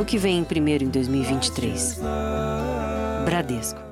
que vem primeiro em 2023. Bradesco.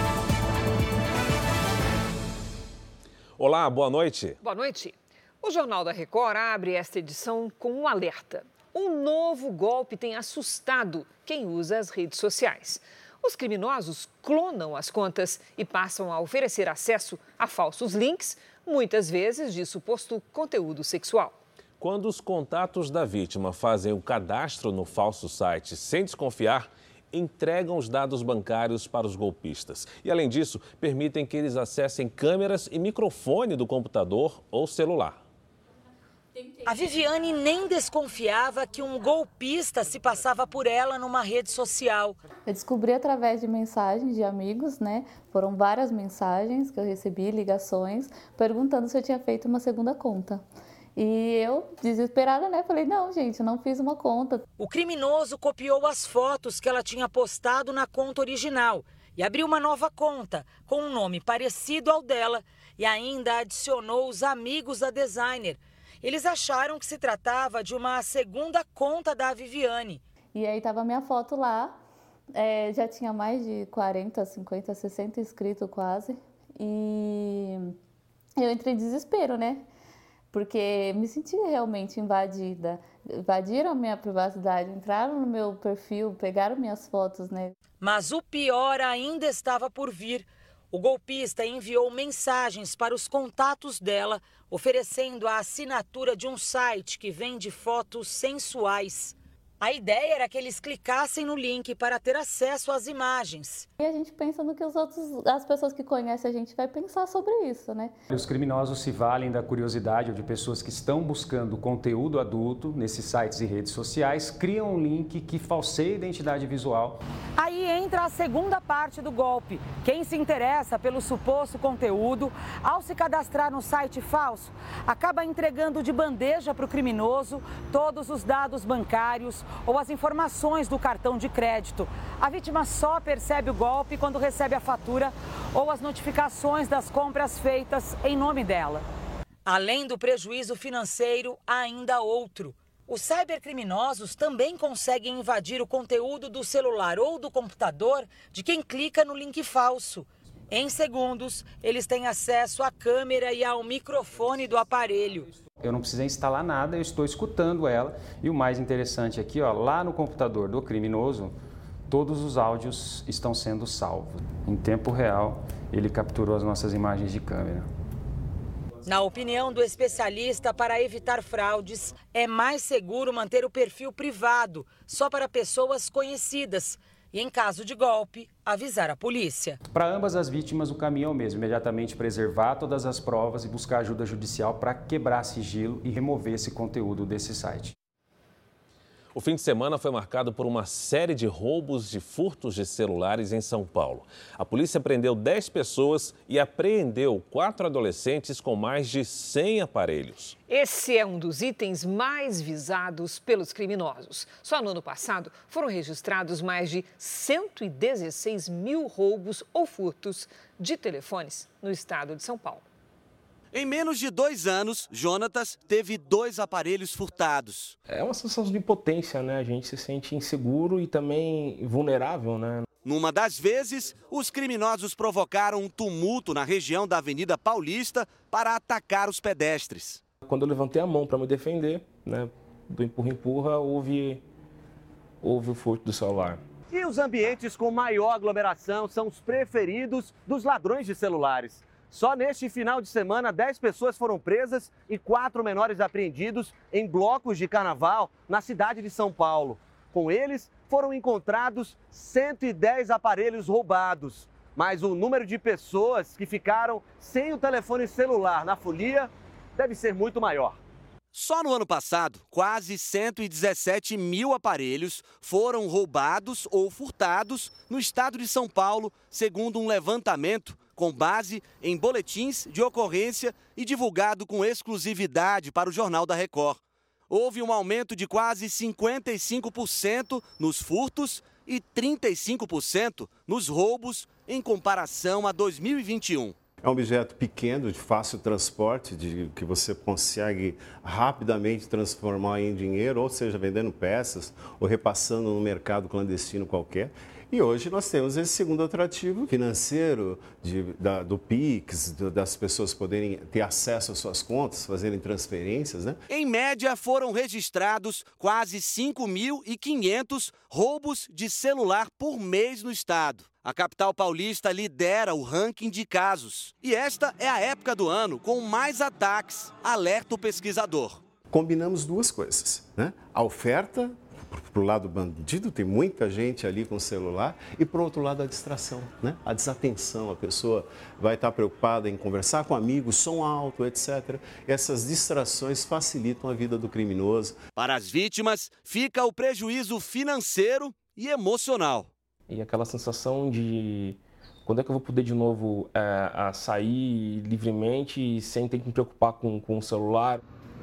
Olá, boa noite. Boa noite. O Jornal da Record abre esta edição com um alerta. Um novo golpe tem assustado quem usa as redes sociais. Os criminosos clonam as contas e passam a oferecer acesso a falsos links, muitas vezes de suposto conteúdo sexual. Quando os contatos da vítima fazem o cadastro no falso site sem desconfiar, entregam os dados bancários para os golpistas. E, além disso, permitem que eles acessem câmeras e microfone do computador ou celular. A Viviane nem desconfiava que um golpista se passava por ela numa rede social. Eu descobri através de mensagens de amigos, né? Foram várias mensagens que eu recebi, ligações, perguntando se eu tinha feito uma segunda conta. E eu, desesperada, né? Falei, não, gente, eu não fiz uma conta. O criminoso copiou as fotos que ela tinha postado na conta original e abriu uma nova conta com um nome parecido ao dela e ainda adicionou os amigos da designer. Eles acharam que se tratava de uma segunda conta da Viviane. E aí tava minha foto lá, já tinha mais de 40, 50, 60 inscritos quase. E eu entrei em desespero, né? Porque me senti realmente invadida. Invadiram a minha privacidade, entraram no meu perfil, pegaram minhas fotos, né? Mas o pior ainda estava por vir. O golpista enviou mensagens para os contatos dela, oferecendo a assinatura de um site que vende fotos sensuais. A ideia era que eles clicassem no link para ter acesso às imagens. E a gente pensa no que as pessoas que conhecem a gente vai pensar sobre isso, né? Os criminosos se valem da curiosidade ou de pessoas que estão buscando conteúdo adulto nesses sites e redes sociais, criam um link que falseia a identidade visual. Aí entra a segunda parte do golpe. Quem se interessa pelo suposto conteúdo, ao se cadastrar no site falso, acaba entregando de bandeja para o criminoso todos os dados bancários ou as informações do cartão de crédito. A vítima só percebe o golpe quando recebe a fatura ou as notificações das compras feitas em nome dela. Além do prejuízo financeiro, há ainda outro. Os cybercriminosos também conseguem invadir o conteúdo do celular ou do computador de quem clica no link falso. Em segundos, eles têm acesso à câmera e ao microfone do aparelho. Eu não precisei instalar nada, eu estou escutando ela. E o mais interessante aqui, ó, lá no computador do criminoso, todos os áudios estão sendo salvos. Em tempo real, ele capturou as nossas imagens de câmera. Na opinião do especialista, para evitar fraudes, é mais seguro manter o perfil privado, só para pessoas conhecidas. E, em caso de golpe, avisar a polícia. Para ambas as vítimas, o caminho é o mesmo: imediatamente preservar todas as provas e buscar ajuda judicial para quebrar sigilo e remover esse conteúdo desse site. O fim de semana foi marcado por uma série de roubos e furtos de celulares em São Paulo. A polícia prendeu 10 pessoas e apreendeu 4 adolescentes com mais de 100 aparelhos. Esse é um dos itens mais visados pelos criminosos. Só no ano passado foram registrados mais de 116 mil roubos ou furtos de telefones no estado de São Paulo. Em menos de 2 anos, Jonatas teve 2 aparelhos furtados. É uma sensação de impotência, né? A gente se sente inseguro e também vulnerável, né? Numa das vezes, os criminosos provocaram um tumulto na região da Avenida Paulista para atacar os pedestres. Quando eu levantei a mão para me defender, né, do empurra-empurra, houve o furto do celular. E os ambientes com maior aglomeração são os preferidos dos ladrões de celulares. Só neste final de semana, 10 pessoas foram presas e 4 menores apreendidos em blocos de carnaval na cidade de São Paulo. Com eles, foram encontrados 110 aparelhos roubados. Mas o número de pessoas que ficaram sem o telefone celular na folia deve ser muito maior. Só no ano passado, quase 117 mil aparelhos foram roubados ou furtados no estado de São Paulo, segundo um levantamento com base em boletins de ocorrência e divulgado com exclusividade para o Jornal da Record. Houve um aumento de quase 55% nos furtos e 35% nos roubos em comparação a 2021. É um objeto pequeno, de fácil transporte, que você consegue rapidamente transformar em dinheiro, ou seja, vendendo peças ou repassando no mercado clandestino qualquer. E hoje nós temos esse segundo atrativo financeiro do Pix, das pessoas poderem ter acesso às suas contas, fazerem transferências, né? Em média, foram registrados quase 5.500 roubos de celular por mês no estado. A capital paulista lidera o ranking de casos. E esta é a época do ano com mais ataques, alerta o pesquisador. Combinamos duas coisas, né? A oferta, para o lado bandido, tem muita gente ali com celular, e por outro lado a distração, né? A desatenção, a pessoa vai estar preocupada em conversar com amigos, som alto, etc. Essas distrações facilitam a vida do criminoso. Para as vítimas, fica o prejuízo financeiro e emocional. E aquela sensação de quando é que eu vou poder de novo sair livremente sem ter que me preocupar com o celular.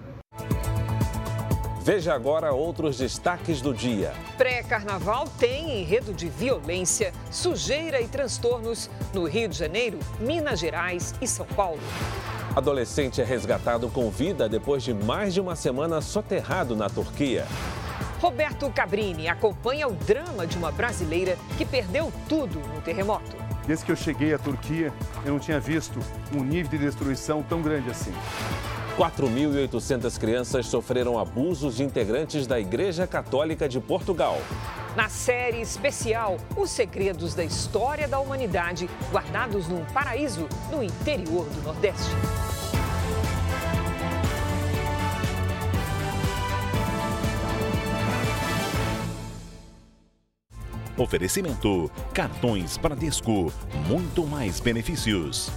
Veja agora outros destaques do dia. Pré-carnaval tem enredo de violência, sujeira e transtornos no Rio de Janeiro, Minas Gerais e São Paulo. Adolescente é resgatado com vida depois de mais de uma semana soterrado na Turquia. Roberto Cabrini acompanha o drama de uma brasileira que perdeu tudo no terremoto. Desde que eu cheguei à Turquia, eu não tinha visto um nível de destruição tão grande assim. 4.800 crianças sofreram abusos de integrantes da Igreja Católica de Portugal. Na série especial, os segredos da história da humanidade guardados num paraíso no interior do Nordeste. Oferecimento: cartões Bradesco, muito mais benefícios.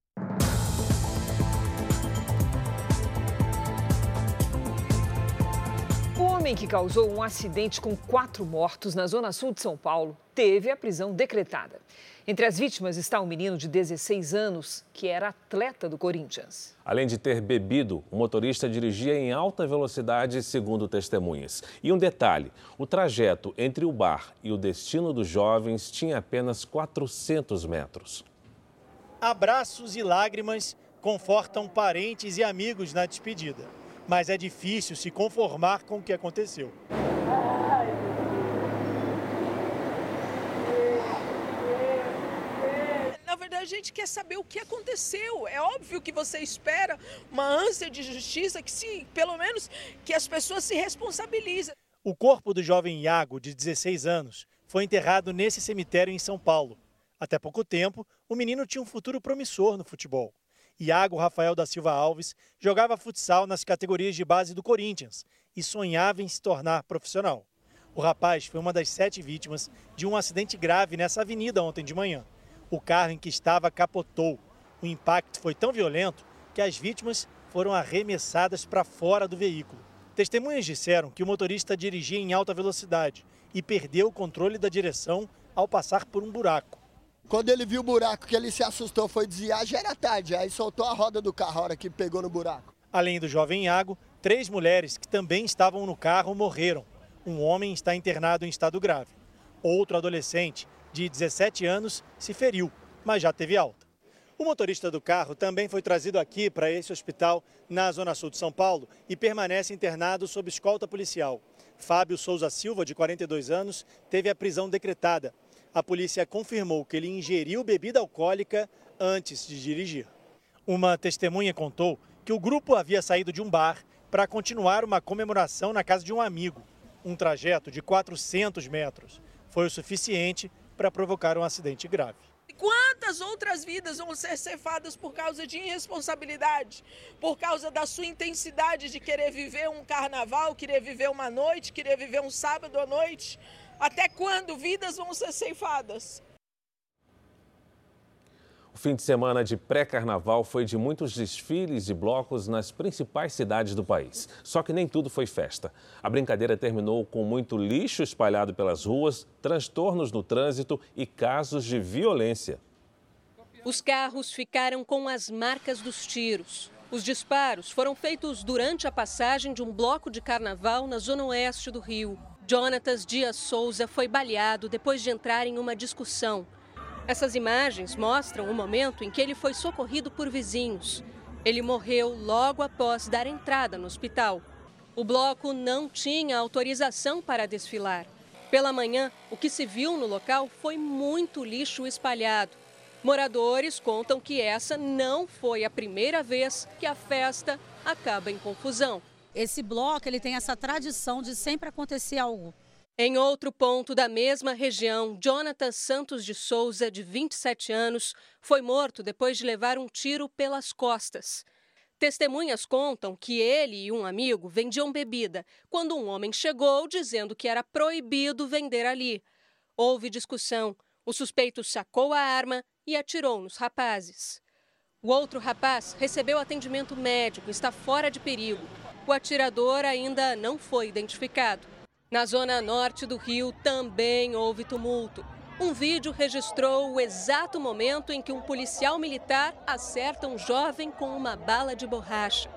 O homem que causou um acidente com 4 mortos na zona sul de São Paulo teve a prisão decretada. Entre as vítimas está um menino de 16 anos, que era atleta do Corinthians. Além de ter bebido, o motorista dirigia em alta velocidade, segundo testemunhas. E um detalhe, o trajeto entre o bar e o destino dos jovens tinha apenas 400 metros. Abraços e lágrimas confortam parentes e amigos na despedida. Mas é difícil se conformar com o que aconteceu. Na verdade, a gente quer saber o que aconteceu. É óbvio que você espera uma ânsia de justiça, pelo menos que as pessoas se responsabilizem. O corpo do jovem Iago, de 16 anos, foi enterrado nesse cemitério em São Paulo. Até pouco tempo, o menino tinha um futuro promissor no futebol. Iago Rafael da Silva Alves jogava futsal nas categorias de base do Corinthians e sonhava em se tornar profissional. O rapaz foi uma das 7 vítimas de um acidente grave nessa avenida ontem de manhã. O carro em que estava capotou. O impacto foi tão violento que as vítimas foram arremessadas para fora do veículo. Testemunhas disseram que o motorista dirigia em alta velocidade e perdeu o controle da direção ao passar por um buraco. Quando ele viu o buraco, que ele se assustou, foi desviar, já era tarde, aí soltou a roda do carro a hora que pegou no buraco. Além do jovem Iago, 3 mulheres que também estavam no carro morreram. Um homem está internado em estado grave. Outro adolescente, de 17 anos, se feriu, mas já teve alta. O motorista do carro também foi trazido aqui para esse hospital na zona sul de São Paulo e permanece internado sob escolta policial. Fábio Souza Silva, de 42 anos, teve a prisão decretada. A polícia confirmou que ele ingeriu bebida alcoólica antes de dirigir. Uma testemunha contou que o grupo havia saído de um bar para continuar uma comemoração na casa de um amigo. Um trajeto de 400 metros foi o suficiente para provocar um acidente grave. Quantas outras vidas vão ser cefadas por causa de irresponsabilidade? Por causa da sua intensidade de querer viver um carnaval, querer viver uma noite, querer viver um sábado à noite? Até quando vidas vão ser ceifadas? O fim de semana de pré-carnaval foi de muitos desfiles e blocos nas principais cidades do país. Só que nem tudo foi festa. A brincadeira terminou com muito lixo espalhado pelas ruas, transtornos no trânsito e casos de violência. Os carros ficaram com as marcas dos tiros. Os disparos foram feitos durante a passagem de um bloco de carnaval na zona oeste do Rio. Jonatas Dias Souza foi baleado depois de entrar em uma discussão. Essas imagens mostram o momento em que ele foi socorrido por vizinhos. Ele morreu logo após dar entrada no hospital. O bloco não tinha autorização para desfilar. Pela manhã, o que se viu no local foi muito lixo espalhado. Moradores contam que essa não foi a primeira vez que a festa acaba em confusão. Esse bloco ele tem essa tradição de sempre acontecer algo. Em outro ponto da mesma região, Jonathan Santos de Souza, de 27 anos, foi morto depois de levar um tiro pelas costas. Testemunhas contam que ele e um amigo vendiam bebida quando um homem chegou dizendo que era proibido vender ali. Houve discussão. O suspeito sacou a arma e atirou nos rapazes. O outro rapaz recebeu atendimento médico e está fora de perigo. O atirador ainda não foi identificado. Na zona norte do Rio também houve tumulto. Um vídeo registrou o exato momento em que um policial militar acerta um jovem com uma bala de borracha.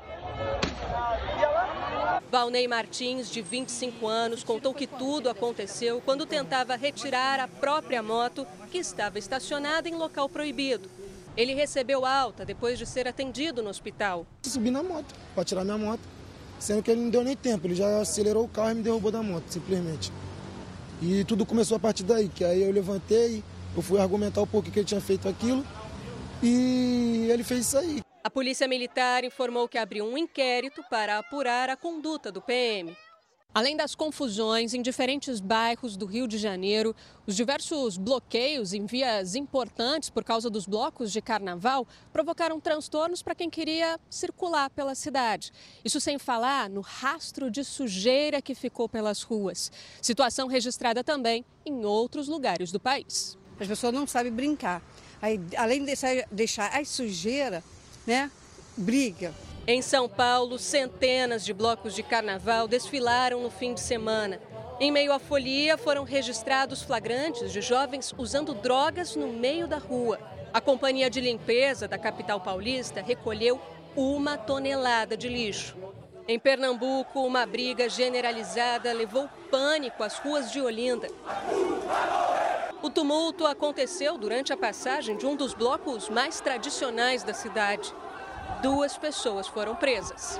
Valnei Martins, de 25 anos, contou que tudo aconteceu quando tentava retirar a própria moto que estava estacionada em local proibido. Ele recebeu alta depois de ser atendido no hospital. Subi na moto para tirar minha moto, sendo que ele não deu nem tempo, ele já acelerou o carro e me derrubou da moto, simplesmente. E tudo começou a partir daí, que aí eu levantei, eu fui argumentar um pouco que ele tinha feito aquilo e ele fez isso aí. A Polícia Militar informou que abriu um inquérito para apurar a conduta do PM. Além das confusões em diferentes bairros do Rio de Janeiro, os diversos bloqueios em vias importantes por causa dos blocos de carnaval provocaram transtornos para quem queria circular pela cidade. Isso sem falar no rastro de sujeira que ficou pelas ruas. Situação registrada também em outros lugares do país. As pessoas não sabem brincar. Aí, além de deixar a sujeira, briga. Em São Paulo, centenas de blocos de carnaval desfilaram no fim de semana. Em meio à folia, foram registrados flagrantes de jovens usando drogas no meio da rua. A companhia de limpeza da capital paulista recolheu 1 tonelada de lixo. Em Pernambuco, uma briga generalizada levou pânico às ruas de Olinda. O tumulto aconteceu durante a passagem de um dos blocos mais tradicionais da cidade. 2 pessoas foram presas.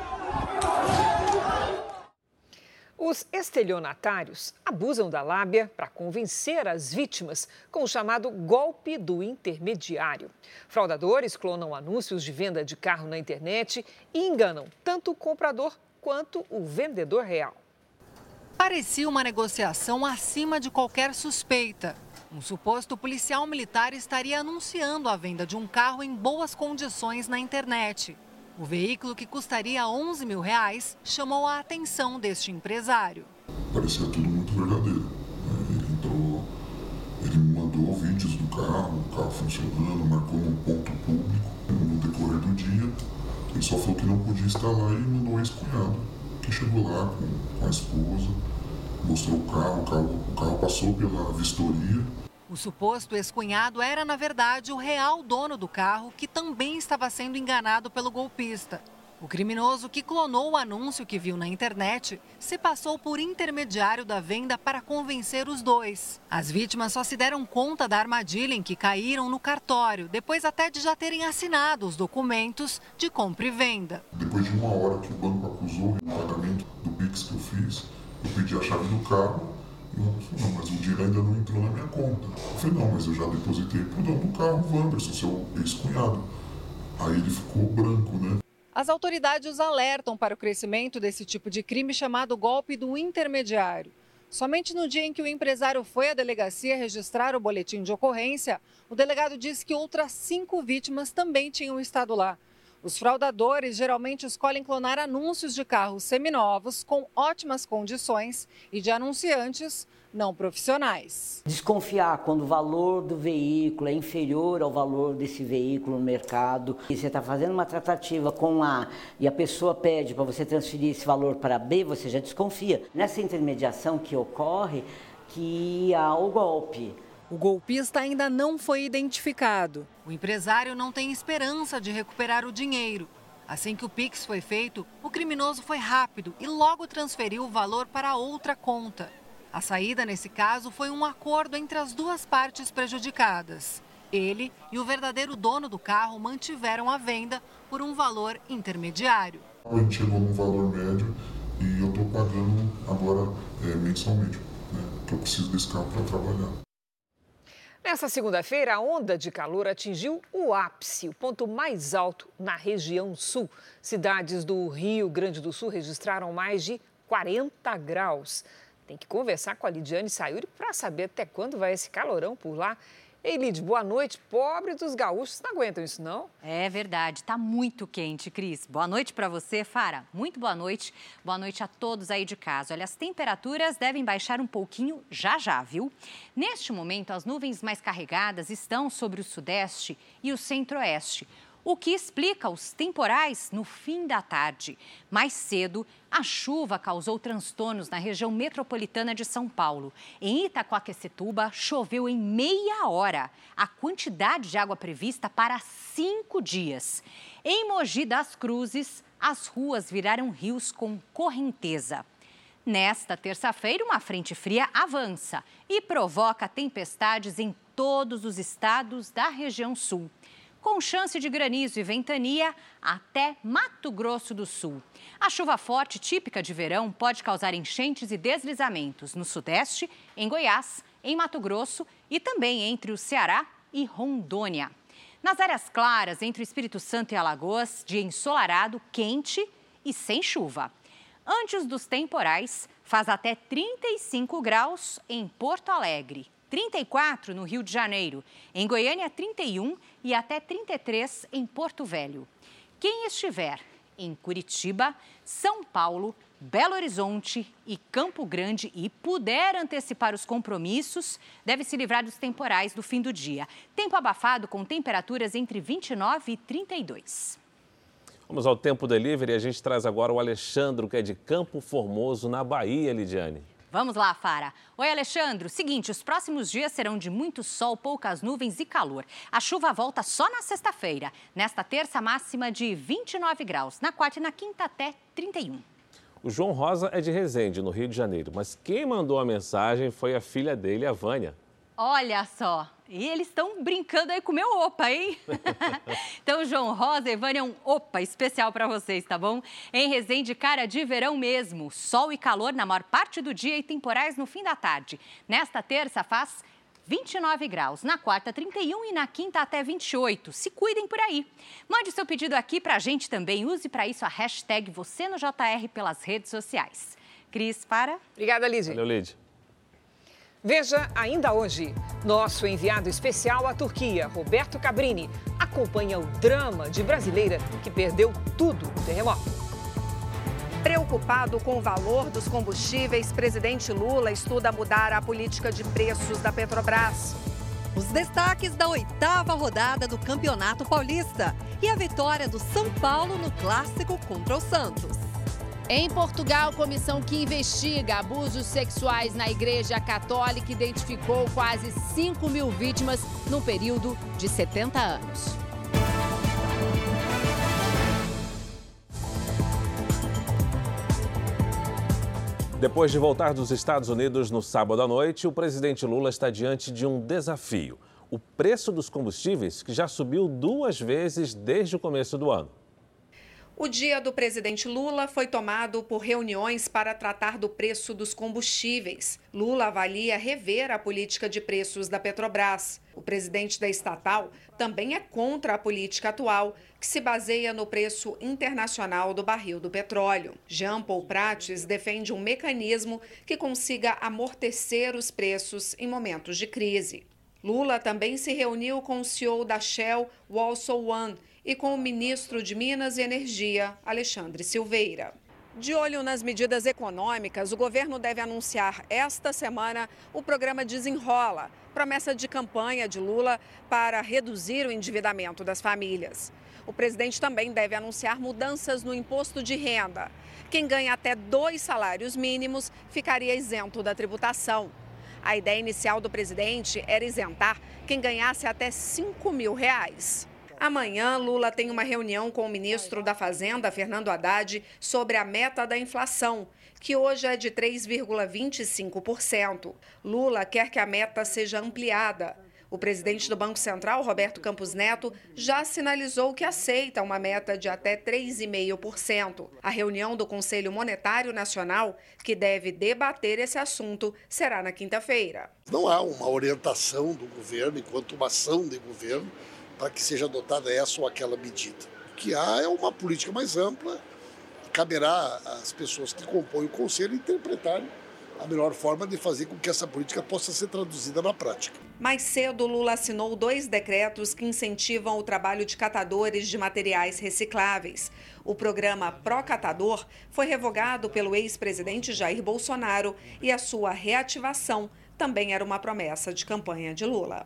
Os estelionatários abusam da lábia para convencer as vítimas com o chamado golpe do intermediário. Fraudadores clonam anúncios de venda de carro na internet e enganam tanto o comprador quanto o vendedor real. Parecia uma negociação acima de qualquer suspeita. Um suposto policial militar estaria anunciando a venda de um carro em boas condições na internet. O veículo, que custaria R$11 mil, chamou a atenção deste empresário. Parecia tudo muito verdadeiro. Ele me mandou vídeos do carro, o carro funcionando, marcou num ponto público. No decorrer do dia, ele só falou que não podia estar lá e mandou o ex-cunhado, que chegou lá com a esposa, mostrou o carro passou pela vistoria. O suposto ex-cunhado era, na verdade, o real dono do carro, que também estava sendo enganado pelo golpista. O criminoso, que clonou o anúncio que viu na internet, se passou por intermediário da venda para convencer os dois. As vítimas só se deram conta da armadilha em que caíram no cartório, depois até de já terem assinado os documentos de compra e venda. Depois de 1 hora que o banco acusou o pagamento do Pix que eu fiz, eu pedi a chave do carro. Não, mas o dinheiro ainda não entrou na minha conta. Eu falei, não, mas eu já depositei pro dono do carro, o Wanderson, seu ex-cunhado. Aí ele ficou branco, né? As autoridades alertam para o crescimento desse tipo de crime chamado golpe do intermediário. Somente no dia em que o empresário foi à delegacia registrar o boletim de ocorrência, o delegado disse que outras 5 vítimas também tinham estado lá. Os fraudadores geralmente escolhem clonar anúncios de carros seminovos com ótimas condições e de anunciantes não profissionais. Desconfiar quando o valor do veículo é inferior ao valor desse veículo no mercado. E você está fazendo uma tratativa com A e a pessoa pede para você transferir esse valor para B, você já desconfia. Nessa intermediação que ocorre, que há o golpe. O golpista ainda não foi identificado. O empresário não tem esperança de recuperar o dinheiro. Assim que o Pix foi feito, o criminoso foi rápido e logo transferiu o valor para outra conta. A saída, nesse caso, foi um acordo entre as 2 partes prejudicadas. Ele e o verdadeiro dono do carro mantiveram a venda por um valor intermediário. A gente chegou num valor médio e eu estou pagando agora mensalmente, né? Porque eu preciso desse carro para trabalhar. Nessa segunda-feira, a onda de calor atingiu o ápice, o ponto mais alto na região sul. Cidades do Rio Grande do Sul registraram mais de 40 graus. Tem que conversar com a Lidiane Sayuri para saber até quando vai esse calorão por lá. Ei, Lid, boa noite. Pobre dos gaúchos não aguentam isso, não? É verdade, tá muito quente, Cris. Boa noite para você, Fara. Muito boa noite. Boa noite a todos aí de casa. Olha, as temperaturas devem baixar um pouquinho já, viu? Neste momento, as nuvens mais carregadas estão sobre o sudeste e o centro-oeste, o que explica os temporais no fim da tarde. Mais cedo, a chuva causou transtornos na região metropolitana de São Paulo. Em Itaquaquecetuba, choveu em meia hora a quantidade de água prevista para 5 dias. Em Mogi das Cruzes, as ruas viraram rios com correnteza. Nesta terça-feira, uma frente fria avança e provoca tempestades em todos os estados da região sul, com chance de granizo e ventania até Mato Grosso do Sul. A chuva forte, típica de verão, pode causar enchentes e deslizamentos no sudeste, em Goiás, em Mato Grosso e também entre o Ceará e Rondônia. Nas áreas claras, entre o Espírito Santo e Alagoas, dia ensolarado, quente e sem chuva. Antes dos temporais, faz até 35 graus em Porto Alegre. 34 no Rio de Janeiro, em Goiânia 31 e até 33 em Porto Velho. Quem estiver em Curitiba, São Paulo, Belo Horizonte e Campo Grande e puder antecipar os compromissos, deve se livrar dos temporais do fim do dia. Tempo abafado com temperaturas entre 29 e 32. Vamos ao Tempo Delivery e a gente traz agora o Alexandre, que é de Campo Formoso, na Bahia, Lidiane. Vamos lá, Fara. Oi, Alexandre. Seguinte, os próximos dias serão de muito sol, poucas nuvens e calor. A chuva volta só na sexta-feira. Nesta terça, máxima de 29 graus. Na quarta e na quinta, até 31. O João Rosa é de Resende, no Rio de Janeiro. Mas quem mandou a mensagem foi a filha dele, a Vânia. Olha só, e eles estão brincando aí com o meu opa, hein? Então, João Rosa e Vânia, um opa especial para vocês, tá bom? Em Resende, cara de verão mesmo. Sol e calor na maior parte do dia e temporais no fim da tarde. Nesta terça faz 29 graus, na quarta 31 e na quinta até 28. Se cuidem por aí. Mande seu pedido aqui pra gente também. Use para isso a hashtag #VocênoJR pelas redes sociais. Cris, para. Obrigada, Lidy. Valeu, Lidy. Veja ainda hoje, nosso enviado especial à Turquia, Roberto Cabrini, acompanha o drama de brasileira que perdeu tudo no terremoto. Preocupado com o valor dos combustíveis, presidente Lula estuda mudar a política de preços da Petrobras. Os destaques da 8ª rodada do Campeonato Paulista e a vitória do São Paulo no clássico contra o Santos. Em Portugal, comissão que investiga abusos sexuais na Igreja Católica identificou quase 5.000 vítimas no período de 70 anos. Depois de voltar dos Estados Unidos no sábado à noite, o presidente Lula está diante de um desafio: o preço dos combustíveis, que já subiu 2 vezes desde o começo do ano. O dia do presidente Lula foi tomado por reuniões para tratar do preço dos combustíveis. Lula avalia rever a política de preços da Petrobras. O presidente da estatal também é contra a política atual, que se baseia no preço internacional do barril do petróleo. Jean Paul Prates defende um mecanismo que consiga amortecer os preços em momentos de crise. Lula também se reuniu com o CEO da Shell, Walsall One, e com o ministro de Minas e Energia, Alexandre Silveira. De olho nas medidas econômicas, o governo deve anunciar esta semana o programa Desenrola, promessa de campanha de Lula para reduzir o endividamento das famílias. O presidente também deve anunciar mudanças no imposto de renda. Quem ganha até 2 salários mínimos ficaria isento da tributação. A ideia inicial do presidente era isentar quem ganhasse até R$5.000. Amanhã, Lula tem uma reunião com o ministro da Fazenda, Fernando Haddad, sobre a meta da inflação, que hoje é de 3,25%. Lula quer que a meta seja ampliada. O presidente do Banco Central, Roberto Campos Neto, já sinalizou que aceita uma meta de até 3,5%. A reunião do Conselho Monetário Nacional, que deve debater esse assunto, será na quinta-feira. Não há uma orientação do governo, enquanto uma ação de governo, para que seja adotada essa ou aquela medida. O que há é uma política mais ampla, caberá às pessoas que compõem o Conselho interpretarem a melhor forma de fazer com que essa política possa ser traduzida na prática. Mais cedo, Lula assinou 2 decretos que incentivam o trabalho de catadores de materiais recicláveis. O programa Procatador foi revogado pelo ex-presidente Jair Bolsonaro e a sua reativação também era uma promessa de campanha de Lula.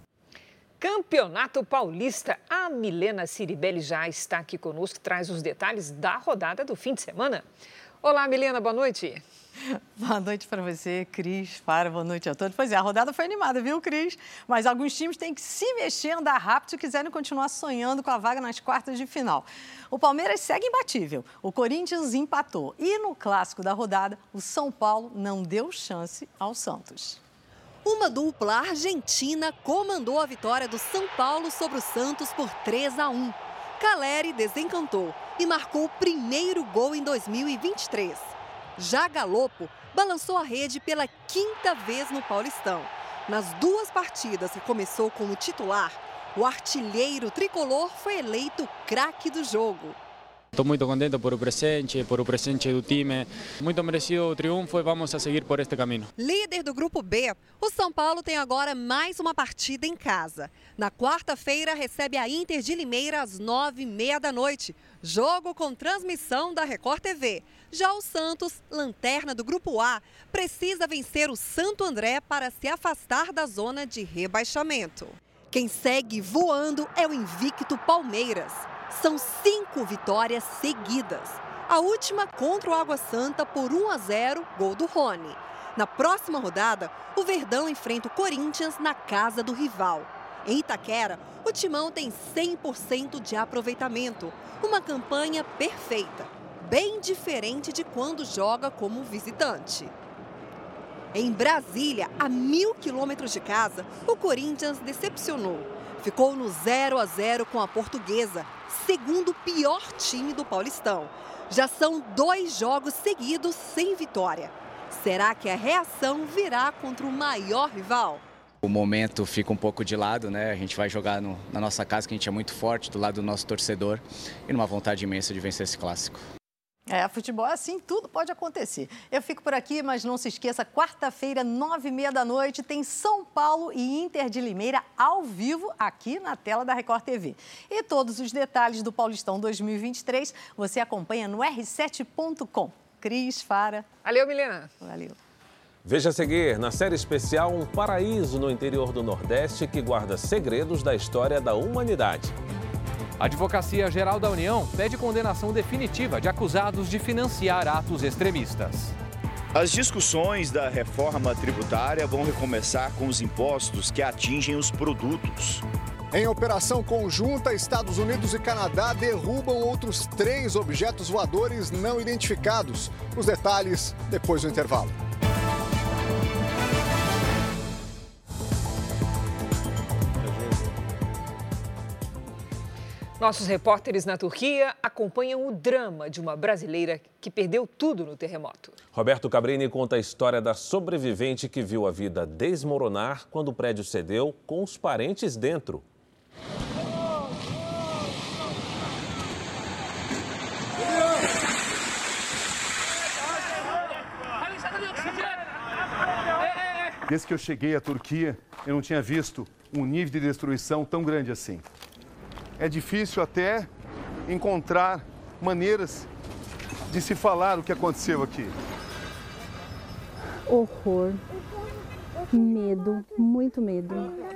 Campeonato Paulista. A Milena Ciribelli já está aqui conosco, traz os detalhes da rodada do fim de semana. Olá, Milena, boa noite. Boa noite para você, Cris, Fara, boa noite a todos. Pois é, a rodada foi animada, viu, Cris? Mas alguns times têm que se mexer, andar rápido se quiserem continuar sonhando com a vaga nas quartas de final. O Palmeiras segue imbatível, o Corinthians empatou e no clássico da rodada, o São Paulo não deu chance ao Santos. Uma dupla argentina comandou a vitória do São Paulo sobre o Santos por 3-1. Caleri desencantou e marcou o primeiro gol em 2023. Já Galopo balançou a rede pela 5ª vez no Paulistão. Nas 2 partidas que começou como titular, o artilheiro tricolor foi eleito craque do jogo. Estou muito contente por o presente do time. Muito merecido o triunfo e vamos a seguir por este caminho. Líder do Grupo B, o São Paulo tem agora mais uma partida em casa. Na quarta-feira recebe a Inter de Limeira às 9h30 da noite. Jogo com transmissão da Record TV. Já o Santos, lanterna do Grupo A, precisa vencer o Santo André para se afastar da zona de rebaixamento. Quem segue voando é o invicto Palmeiras. São 5 vitórias seguidas. A última contra o Água Santa por 1-0, gol do Rony. Na próxima rodada, o Verdão enfrenta o Corinthians na casa do rival. Em Itaquera, o Timão tem 100% de aproveitamento. Uma campanha perfeita, bem diferente de quando joga como visitante. Em Brasília, a 1.000 quilômetros de casa, o Corinthians decepcionou. Ficou no 0-0 com a Portuguesa, segundo pior time do Paulistão. Já são 2 jogos seguidos sem vitória. Será que a reação virá contra o maior rival? O momento fica um pouco de lado, né? A gente vai jogar na nossa casa, que a gente é muito forte, do lado do nosso torcedor, e numa vontade imensa de vencer esse clássico. Futebol é assim, tudo pode acontecer. Eu fico por aqui, mas não se esqueça, quarta-feira, 9h30 da noite, tem São Paulo e Inter de Limeira ao vivo aqui na tela da Record TV. E todos os detalhes do Paulistão 2023 você acompanha no r7.com. Cris, Fara. Valeu, Milena. Valeu. Veja a seguir, na série especial, um paraíso no interior do Nordeste que guarda segredos da história da humanidade. A Advocacia Geral da União pede condenação definitiva de acusados de financiar atos extremistas. As discussões da reforma tributária vão recomeçar com os impostos que atingem os produtos. Em operação conjunta, Estados Unidos e Canadá derrubam outros 3 objetos voadores não identificados. Os detalhes depois do intervalo. Nossos repórteres na Turquia acompanham o drama de uma brasileira que perdeu tudo no terremoto. Roberto Cabrini conta a história da sobrevivente que viu a vida desmoronar quando o prédio cedeu com os parentes dentro. Desde que eu cheguei à Turquia, eu não tinha visto um nível de destruição tão grande assim. É difícil até encontrar maneiras de se falar o que aconteceu aqui. Horror, medo, muito medo.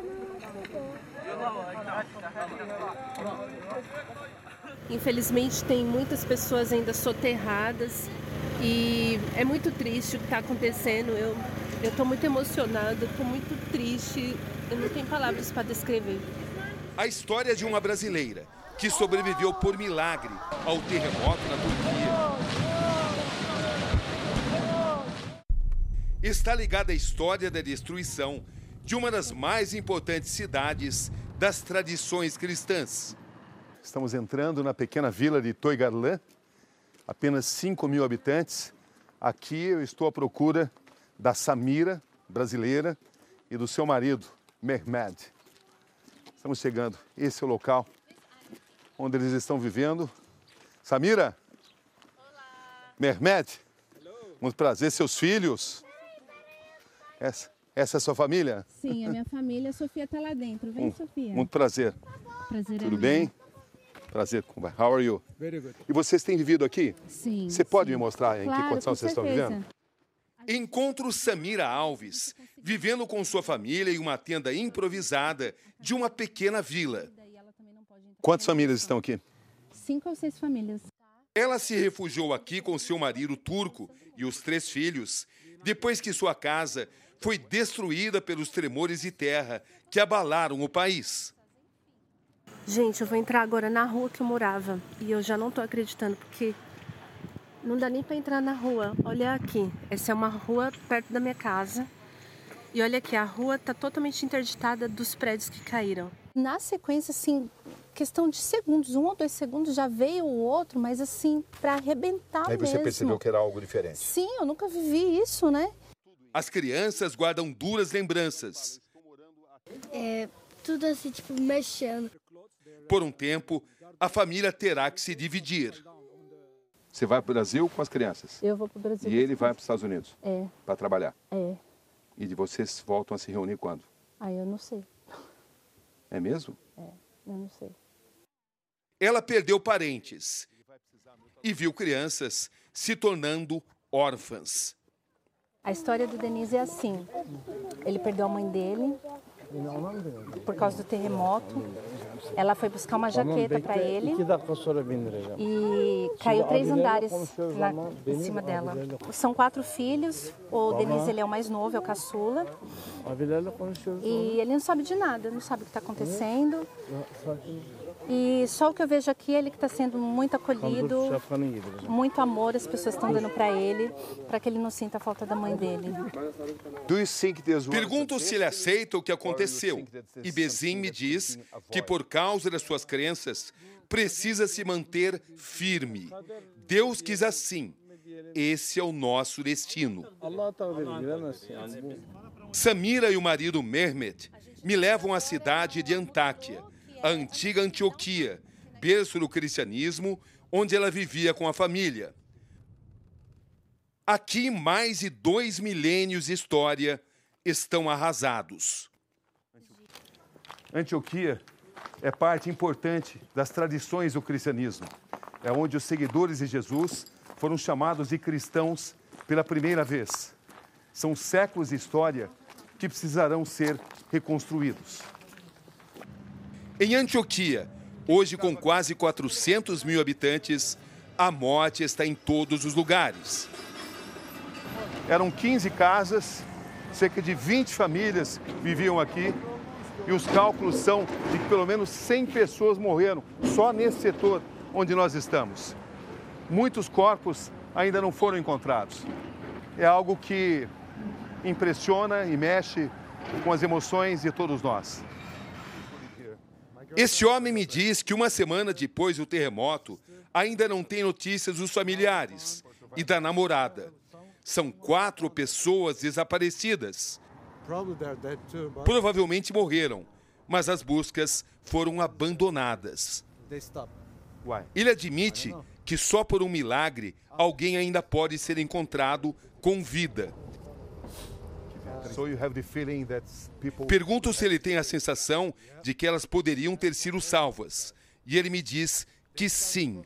Infelizmente tem muitas pessoas ainda soterradas e é muito triste o que está acontecendo. Eu estou muito emocionada, estou muito triste, eu não tenho palavras para descrever. A história de uma brasileira que sobreviveu por milagre ao terremoto na Turquia está ligada à história da destruição de uma das mais importantes cidades das tradições cristãs. Estamos entrando na pequena vila de Toigarlã, apenas 5.000 habitantes. Aqui eu estou à procura da Samira, brasileira, e do seu marido, Mehmed. Estamos chegando. Esse é o local onde eles estão vivendo. Samira? Olá. Mehmed? Muito prazer. Seus filhos? Essa é a sua família? Sim, a minha família. A Sofia está lá dentro. Vem, Sofia. Muito prazer. Prazer. Tudo bem? Prazer. How are you? Very good. E vocês têm vivido aqui? Sim. Você pode me mostrar em claro, que condição vocês estão vivendo? Encontro Samira Alves, vivendo com sua família em uma tenda improvisada de uma pequena vila. Quantas famílias estão aqui? 5 ou 6 famílias. Ela se refugiou aqui com seu marido turco e os 3 filhos, depois que sua casa foi destruída pelos tremores de terra que abalaram o país. Gente, eu vou entrar agora na rua que eu morava e eu já não tô acreditando porque não dá nem para entrar na rua. Olha aqui, essa é uma rua perto da minha casa. E olha aqui, a rua tá totalmente interditada dos prédios que caíram. Na sequência, assim, questão de segundos, 1 ou 2 segundos, já veio o outro, mas assim, para arrebentar mesmo. Aí você percebeu que era algo diferente? Sim, eu nunca vivi isso, né? As crianças guardam duras lembranças. Tudo assim, tipo, mexendo. Por um tempo, a família terá que se dividir. Você vai para o Brasil com as crianças? Eu vou para o Brasil. E ele vai para os Estados Unidos? É. Para trabalhar? É. E vocês voltam a se reunir quando? Aí eu não sei. É mesmo? É, eu não sei. Ela perdeu parentes e viu crianças se tornando órfãs. A história do Denise é assim. Ele perdeu a mãe dele por causa do terremoto. Ela foi buscar uma jaqueta para ele e caiu 3 andares em cima dela. São 4 filhos. O Denise ele é o mais novo, é o caçula. E ele não sabe de nada, não sabe o que está acontecendo. E só o que eu vejo aqui é ele que está sendo muito acolhido, muito amor as pessoas estão dando para ele, para que ele não sinta a falta da mãe dele. Pergunto se ele aceita o que aconteceu. E Bezim me diz que por causa das suas crenças, precisa se manter firme. Deus quis assim. Esse é o nosso destino. Samira e o marido Mehmet me levam à cidade de Antáquia, a antiga Antioquia, berço do cristianismo, onde ela vivia com a família. Aqui, mais de 2 milênios de história estão arrasados. Antioquia é parte importante das tradições do cristianismo. É onde os seguidores de Jesus foram chamados de cristãos pela primeira vez. São séculos de história que precisarão ser reconstruídos. Em Antioquia, hoje com quase 400 mil habitantes, a morte está em todos os lugares. Eram 15 casas, cerca de 20 famílias viviam aqui e os cálculos são de que pelo menos 100 pessoas morreram só nesse setor onde nós estamos. Muitos corpos ainda não foram encontrados. É algo que impressiona e mexe com as emoções de todos nós. Esse homem me diz que uma semana depois do terremoto, ainda não tem notícias dos familiares e da namorada. São 4 pessoas desaparecidas. Provavelmente morreram, mas as buscas foram abandonadas. Ele admite que só por um milagre alguém ainda pode ser encontrado com vida. Pergunto se ele tem a sensação de que elas poderiam ter sido salvas. E ele me diz que sim.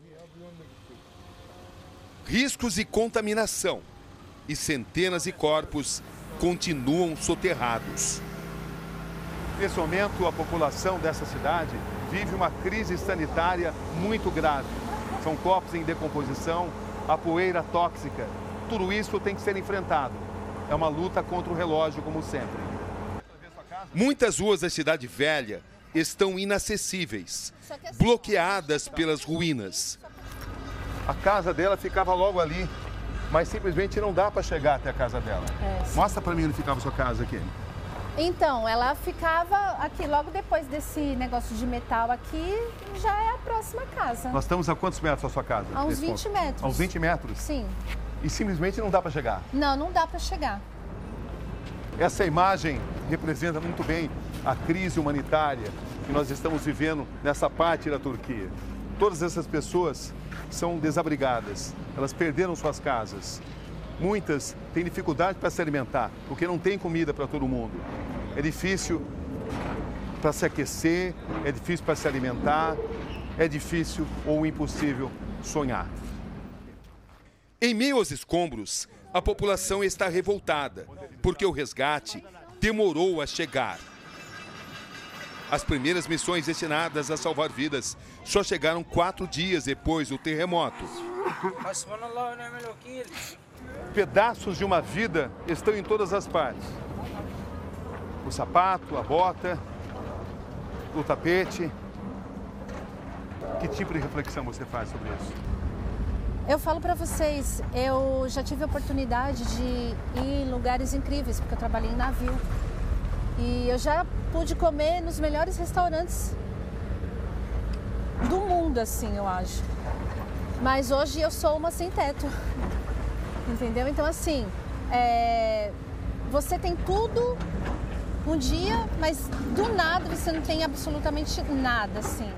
Riscos de contaminação. E centenas de corpos continuam soterrados. Nesse momento, a população dessa cidade vive uma crise sanitária muito grave. São corpos em decomposição, a poeira tóxica. Tudo isso tem que ser enfrentado. É uma luta contra o relógio, como sempre. Muitas ruas da Cidade Velha estão inacessíveis, bloqueadas pelas ruínas. A casa dela ficava logo ali, mas simplesmente não dá para chegar até a casa dela. Mostra para mim onde ficava a sua casa aqui. Então, ela ficava aqui, logo depois desse negócio de metal aqui, já é a próxima casa. Nós estamos a quantos metros da sua casa? A uns 20 metros. A uns 20 metros? Sim. E simplesmente não dá para chegar? Não dá para chegar. Essa imagem representa muito bem a crise humanitária que nós estamos vivendo nessa parte da Turquia. Todas essas pessoas são desabrigadas, elas perderam suas casas. Muitas têm dificuldade para se alimentar, porque não tem comida para todo mundo. É difícil para se aquecer, é difícil para se alimentar, é difícil ou impossível sonhar. Em meio aos escombros, a população está revoltada, porque o resgate demorou a chegar. As primeiras missões destinadas a salvar vidas só chegaram 4 dias depois do terremoto. Pedaços de uma vida estão em todas as partes. O sapato, a bota, o tapete. Que tipo de reflexão você faz sobre isso? Eu falo para vocês, eu já tive a oportunidade de ir em lugares incríveis, porque eu trabalhei em navio. E eu já pude comer nos melhores restaurantes do mundo, assim, eu acho. Mas hoje eu sou uma sem teto, entendeu? Então, assim, você tem tudo um dia, mas do nada você não tem absolutamente nada, assim.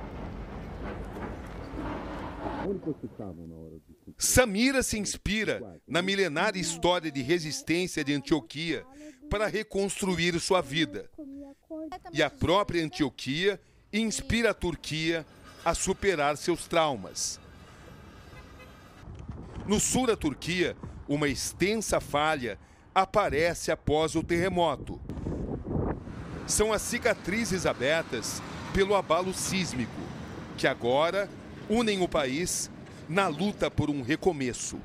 Samira se inspira na milenária história de resistência de Antioquia para reconstruir sua vida. E a própria Antioquia inspira a Turquia a superar seus traumas. No sul da Turquia, uma extensa falha aparece após o terremoto. São as cicatrizes abertas pelo abalo sísmico, que agora unem o país na luta por um recomeço.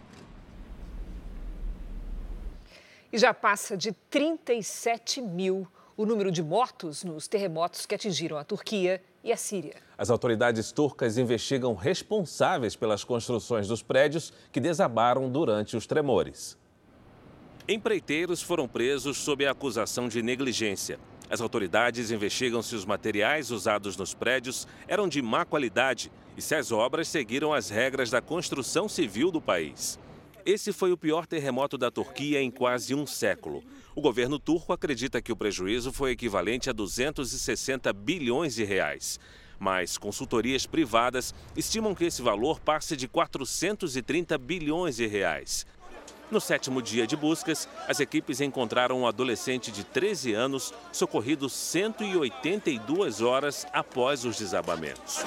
E já passa de 37 mil o número de mortos nos terremotos que atingiram a Turquia e a Síria. As autoridades turcas investigam responsáveis pelas construções dos prédios que desabaram durante os tremores. Empreiteiros foram presos sob a acusação de negligência. As autoridades investigam se os materiais usados nos prédios eram de má qualidade e se as obras seguiram as regras da construção civil do país. Esse foi o pior terremoto da Turquia em quase um século. O governo turco acredita que o prejuízo foi equivalente a 260 bilhões de reais. Mas consultorias privadas estimam que esse valor passe de 430 bilhões de reais. No 7º dia de buscas, as equipes encontraram um adolescente de 13 anos socorrido 182 horas após os desabamentos.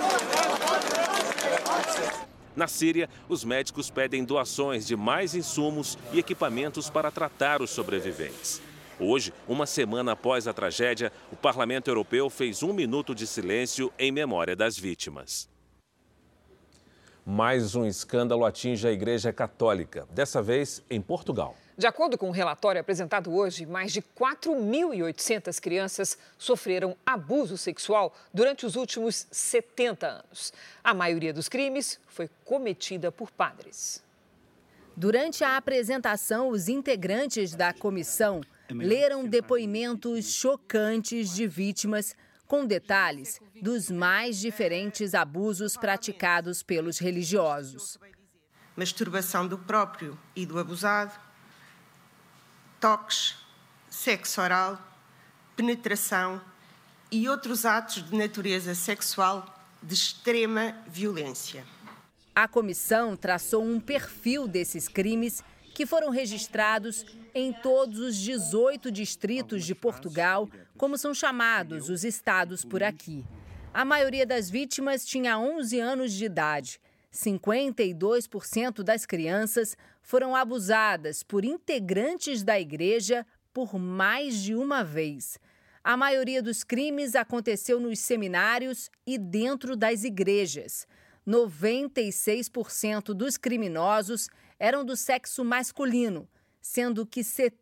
Na Síria, os médicos pedem doações de mais insumos e equipamentos para tratar os sobreviventes. Hoje, uma semana após a tragédia, o Parlamento Europeu fez 1 minuto de silêncio em memória das vítimas. Mais um escândalo atinge a Igreja Católica, dessa vez em Portugal. De acordo com um relatório apresentado hoje, mais de 4.800 crianças sofreram abuso sexual durante os últimos 70 anos. A maioria dos crimes foi cometida por padres. Durante a apresentação, os integrantes da comissão leram depoimentos chocantes de vítimas com detalhes dos mais diferentes abusos praticados pelos religiosos. Masturbação do próprio e do abusado, toques, sexo oral, penetração e outros atos de natureza sexual de extrema violência. A comissão traçou um perfil desses crimes que foram registrados em todos os 18 distritos de Portugal, como são chamados os estados por aqui. A maioria das vítimas tinha 11 anos de idade. 52% das crianças foram abusadas por integrantes da igreja por mais de uma vez. A maioria dos crimes aconteceu nos seminários e dentro das igrejas. 96% dos criminosos eram do sexo masculino, sendo que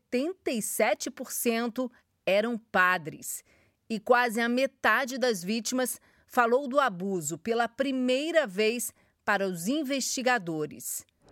77% eram padres. E quase a metade das vítimas falou do abuso pela primeira vez para os investigadores.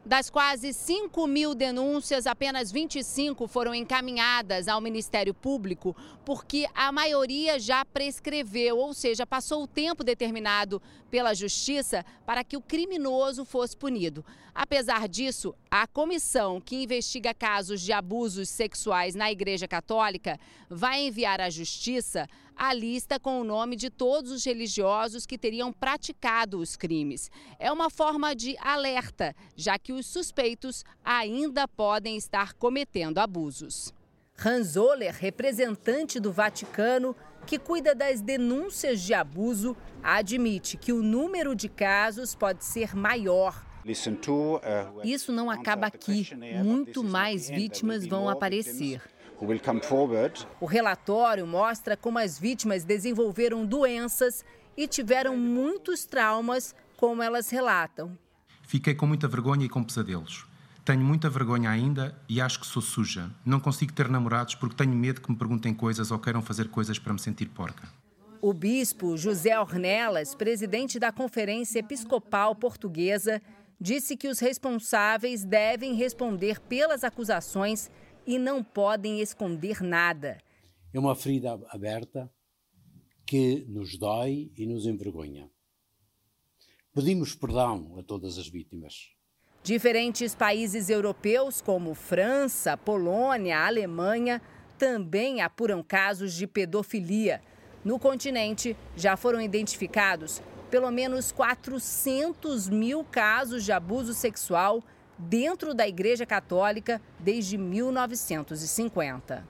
Das quase 5.000 denúncias, apenas 25 foram encaminhadas ao Ministério Público, porque a maioria já prescreveu, ou seja, passou o tempo determinado pela Justiça para que o criminoso fosse punido. Apesar disso, a comissão que investiga casos de abusos sexuais na Igreja Católica vai enviar à Justiça a lista com o nome de todos os religiosos que teriam praticado os crimes. É uma forma de alerta, já que os suspeitos ainda podem estar cometendo abusos. Hans Zoller, representante do Vaticano, que cuida das denúncias de abuso, admite que o número de casos pode ser maior. Isso não acaba aqui. Muito mais vítimas vão aparecer. O relatório mostra como as vítimas desenvolveram doenças e tiveram muitos traumas, como elas relatam. Fiquei com muita vergonha e com pesadelos. Tenho muita vergonha ainda e acho que sou suja. Não consigo ter namorados porque tenho medo que me perguntem coisas ou queiram fazer coisas para me sentir porca. O bispo José Ornelas, presidente da Conferência Episcopal Portuguesa, disse que os responsáveis devem responder pelas acusações e não podem esconder nada. É uma ferida aberta que nos dói e nos envergonha. Pedimos perdão a todas as vítimas. Diferentes países europeus, como França, Polônia, Alemanha, também apuram casos de pedofilia. No continente, já foram identificados pelo menos 400 mil casos de abuso sexual dentro da Igreja Católica desde 1950.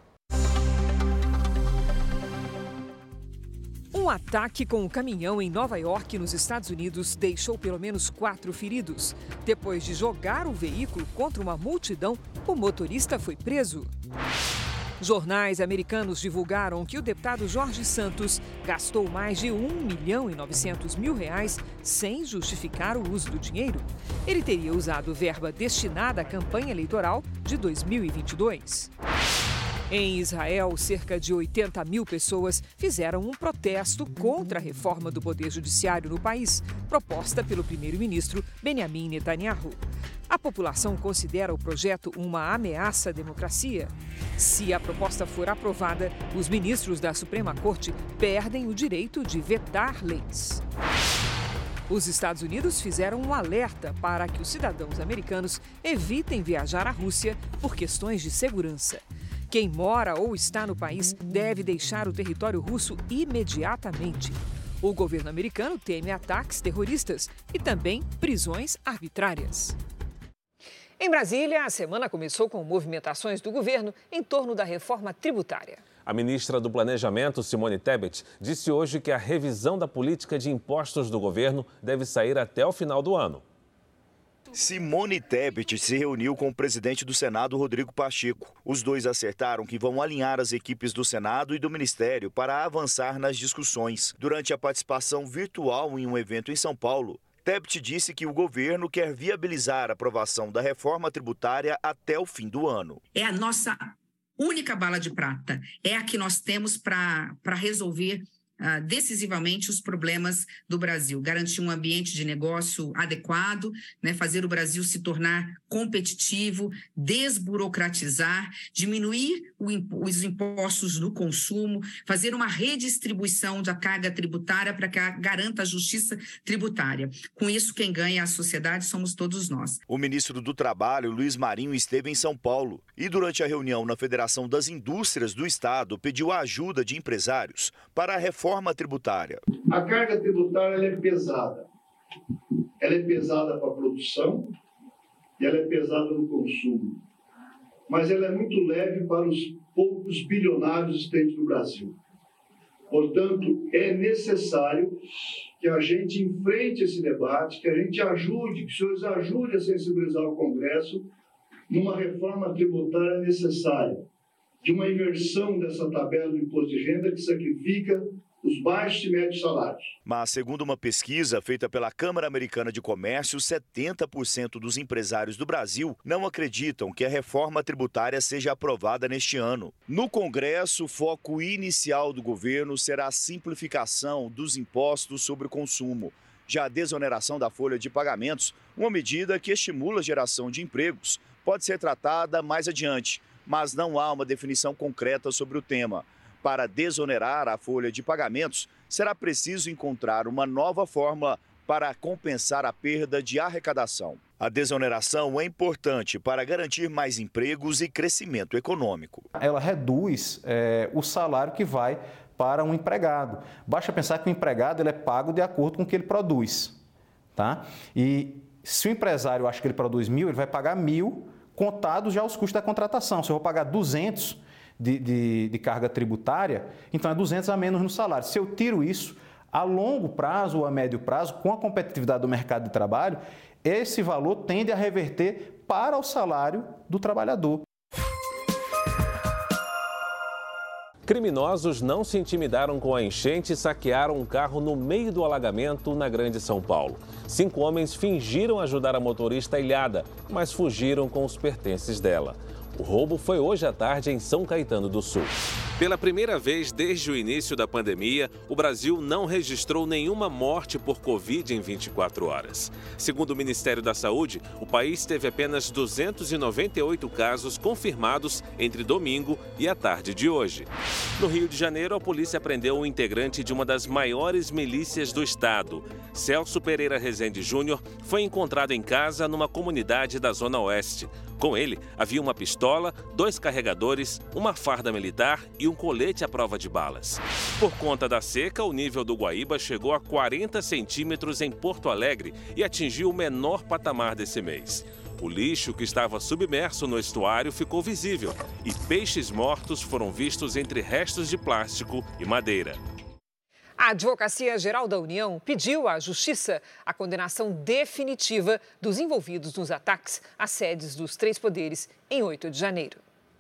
Um ataque com um caminhão em Nova York, nos Estados Unidos, deixou pelo menos 4 feridos. Depois de jogar o veículo contra uma multidão, o motorista foi preso. Jornais americanos divulgaram que o deputado Jorge Santos gastou mais de R$1.900.000 sem justificar o uso do dinheiro. Ele teria usado verba destinada à campanha eleitoral de 2022. Em Israel, cerca de 80 mil pessoas fizeram um protesto contra a reforma do Poder Judiciário no país, proposta pelo primeiro-ministro Benjamin Netanyahu. A população considera o projeto uma ameaça à democracia. Se a proposta for aprovada, os ministros da Suprema Corte perdem o direito de vetar leis. Os Estados Unidos fizeram um alerta para que os cidadãos americanos evitem viajar à Rússia por questões de segurança. Quem mora ou está no país deve deixar o território russo imediatamente. O governo americano teme ataques terroristas e também prisões arbitrárias. Em Brasília, a semana começou com movimentações do governo em torno da reforma tributária. A ministra do Planejamento, Simone Tebet, disse hoje que a revisão da política de impostos do governo deve sair até o final do ano. Simone Tebet se reuniu com o presidente do Senado, Rodrigo Pacheco. Os dois acertaram que vão alinhar as equipes do Senado e do Ministério para avançar nas discussões. Durante a participação virtual em um evento em São Paulo, Tebet disse que o governo quer viabilizar a aprovação da reforma tributária até o fim do ano. É a nossa única bala de prata. É a que nós temos para resolver decisivamente os problemas do Brasil, garantir um ambiente de negócio adequado, né, fazer o Brasil se tornar competitivo, desburocratizar, diminuir os impostos do consumo, fazer uma redistribuição da carga tributária para que garanta a justiça tributária. Com isso, quem ganha a sociedade somos todos nós. O ministro do Trabalho, Luiz Marinho, esteve em São Paulo e, durante a reunião na Federação das Indústrias do Estado, pediu a ajuda de empresários para a reforma tributária. A carga tributária ela é pesada. Ela é pesada para a produção e ela é pesada no consumo. Mas ela é muito leve para os poucos bilionários existentes no Brasil. Portanto, é necessário que a gente enfrente esse debate, que a gente ajude, que os senhores ajudem a sensibilizar o Congresso numa reforma tributária necessária, de uma inversão dessa tabela do imposto de renda que sacrifica os baixos e médios salários. Mas, segundo uma pesquisa feita pela Câmara Americana de Comércio, 70% dos empresários do Brasil não acreditam que a reforma tributária seja aprovada neste ano. No Congresso, o foco inicial do governo será a simplificação dos impostos sobre o consumo, Já a desoneração da folha de pagamentos, uma medida que estimula a geração de empregos, pode ser tratada mais adiante, mas não há uma definição concreta sobre o tema. Para desonerar a folha de pagamentos, será preciso encontrar uma nova forma para compensar a perda de arrecadação. A desoneração é importante para garantir mais empregos e crescimento econômico. Ela reduz o salário que vai para um empregado. Basta pensar que o empregado ele é pago de acordo com o que ele produz. Tá? E se o empresário acha que ele produz 1.000, ele vai pagar 1.000, contados já os custos da contratação. Se eu vou pagar 200 de carga tributária, então é 200 a menos no salário. Se eu tiro isso, a longo prazo ou a médio prazo, com a competitividade do mercado de trabalho, esse valor tende a reverter para o salário do trabalhador. Criminosos não se intimidaram com a enchente e saquearam um carro no meio do alagamento na Grande São Paulo. 5 homens fingiram ajudar a motorista ilhada, mas fugiram com os pertences dela. O roubo foi hoje à tarde em São Caetano do Sul. Pela primeira vez desde o início da pandemia, o Brasil não registrou nenhuma morte por Covid em 24 horas. Segundo o Ministério da Saúde, o país teve apenas 298 casos confirmados entre domingo e a tarde de hoje. No Rio de Janeiro, a polícia prendeu um integrante de uma das maiores milícias do estado. Celso Pereira Rezende Júnior foi encontrado em casa numa comunidade da Zona Oeste. Com ele, havia uma pistola, 2 carregadores, uma farda militar e um colete à prova de balas. Por conta da seca, o nível do Guaíba chegou a 40 centímetros em Porto Alegre e atingiu o menor patamar desse mês. O lixo que estava submerso no estuário ficou visível e peixes mortos foram vistos entre restos de plástico e madeira. A Advocacia Geral da União pediu à Justiça a condenação definitiva dos envolvidos nos ataques às sedes dos 3 poderes em 8 de janeiro.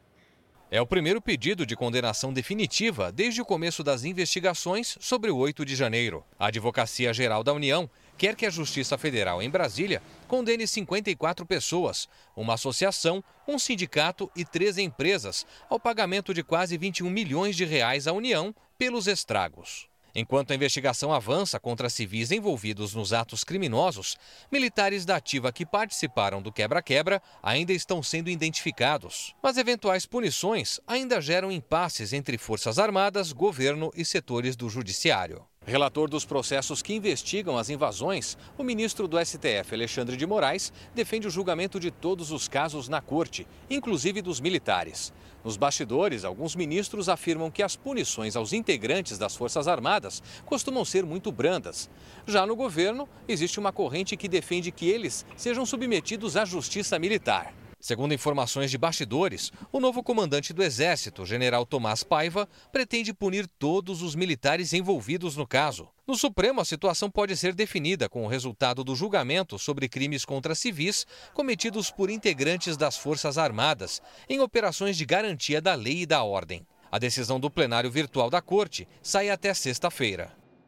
É o primeiro pedido de condenação definitiva desde o começo das investigações sobre o 8 de janeiro. A Advocacia Geral da União quer que a Justiça Federal em Brasília condene 54 pessoas, uma associação, um sindicato e 3 empresas ao pagamento de quase 21 milhões de reais à União pelos estragos. Enquanto a investigação avança contra civis envolvidos nos atos criminosos, militares da ativa que participaram do quebra-quebra ainda estão sendo identificados. Mas eventuais punições ainda geram impasses entre Forças Armadas, governo e setores do judiciário. Relator dos processos que investigam as invasões, o ministro do STF, Alexandre de Moraes, defende o julgamento de todos os casos na corte, inclusive dos militares. Nos bastidores, alguns ministros afirmam que as punições aos integrantes das Forças Armadas costumam ser muito brandas. Já no governo, existe uma corrente que defende que eles sejam submetidos à justiça militar. Segundo informações de bastidores, o novo comandante do Exército, general Tomás Paiva, pretende punir todos os militares envolvidos no caso. No Supremo, a situação pode ser definida com o resultado do julgamento sobre crimes contra civis cometidos por integrantes das Forças Armadas em operações de garantia da lei e da ordem. A decisão do plenário virtual da Corte sai até sexta-feira.